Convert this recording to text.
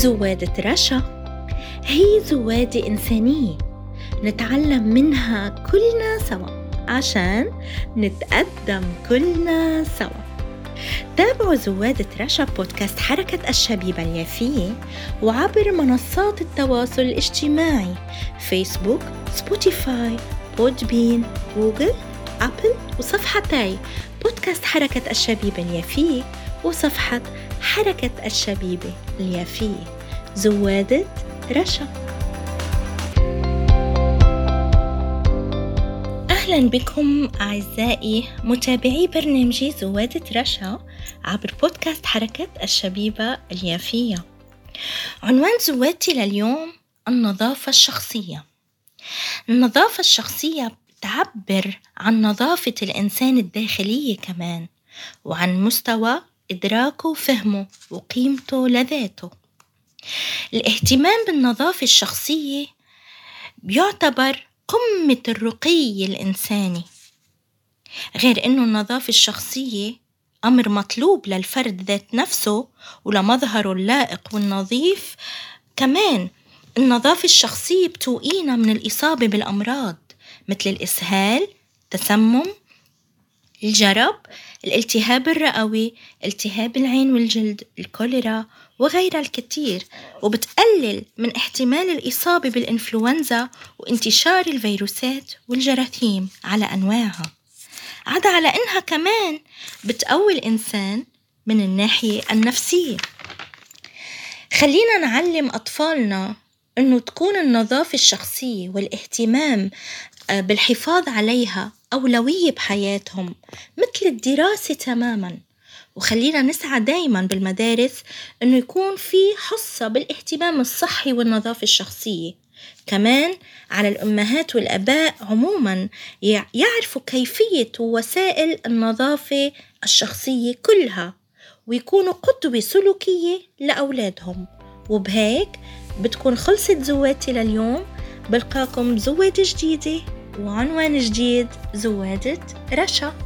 زوادة رشا هي زوادة إنسانية نتعلم منها كلنا سوا عشان نتقدم كلنا سوا. تابعوا زوادة رشا بودكاست حركة الشبيبة اليافية وعبر منصات التواصل الاجتماعي فيسبوك، سبوتيفاي، بودبين، جوجل، أبل، وصفحتي بودكاست حركة الشبيبة اليافية وصفحة حركة الشبيبة اليافية. زوادة رشا. أهلا بكم أعزائي متابعي برنامجي زوادة رشا عبر بودكاست حركة الشبيبة اليافية. عنوان زوادتي لليوم النظافة الشخصية. النظافة الشخصية تعبر عن نظافة الإنسان الداخلية كمان، وعن مستوى إدراكه وفهمه وقيمته لذاته. الاهتمام بالنظافة الشخصية بيعتبر قمة الرقي الإنساني، غير إنه النظافة الشخصية أمر مطلوب للفرد ذات نفسه ولمظهره اللائق والنظيف. كمان النظافة الشخصية بتوقينا من الإصابة بالأمراض مثل الإسهال، التسمم، الجرب، الالتهاب الرئوي، التهاب العين والجلد، الكوليرا وغيرها الكثير، وبتقلل من احتمال الإصابة بالإنفلونزا وانتشار الفيروسات والجراثيم على أنواعها. عدا على إنها كمان بتقوي الإنسان من الناحية النفسية. خلينا نعلم أطفالنا إنه تكون النظافة الشخصية والاهتمام بالحفاظ عليها أولوية بحياتهم مثل الدراسة تماماً. وخلينا نسعى دايماً بالمدارس إنه يكون في حصة بالاهتمام الصحي والنظافة الشخصية. كمان على الأمهات والآباء عموماً يعرفوا كيفية ووسائل النظافة الشخصية كلها ويكونوا قدوة سلوكية لأولادهم. وبهيك بتكون خلصت زوادتي لليوم. بلقاكم بزوادة جديدة وعنوان جديد. زوادة رشا.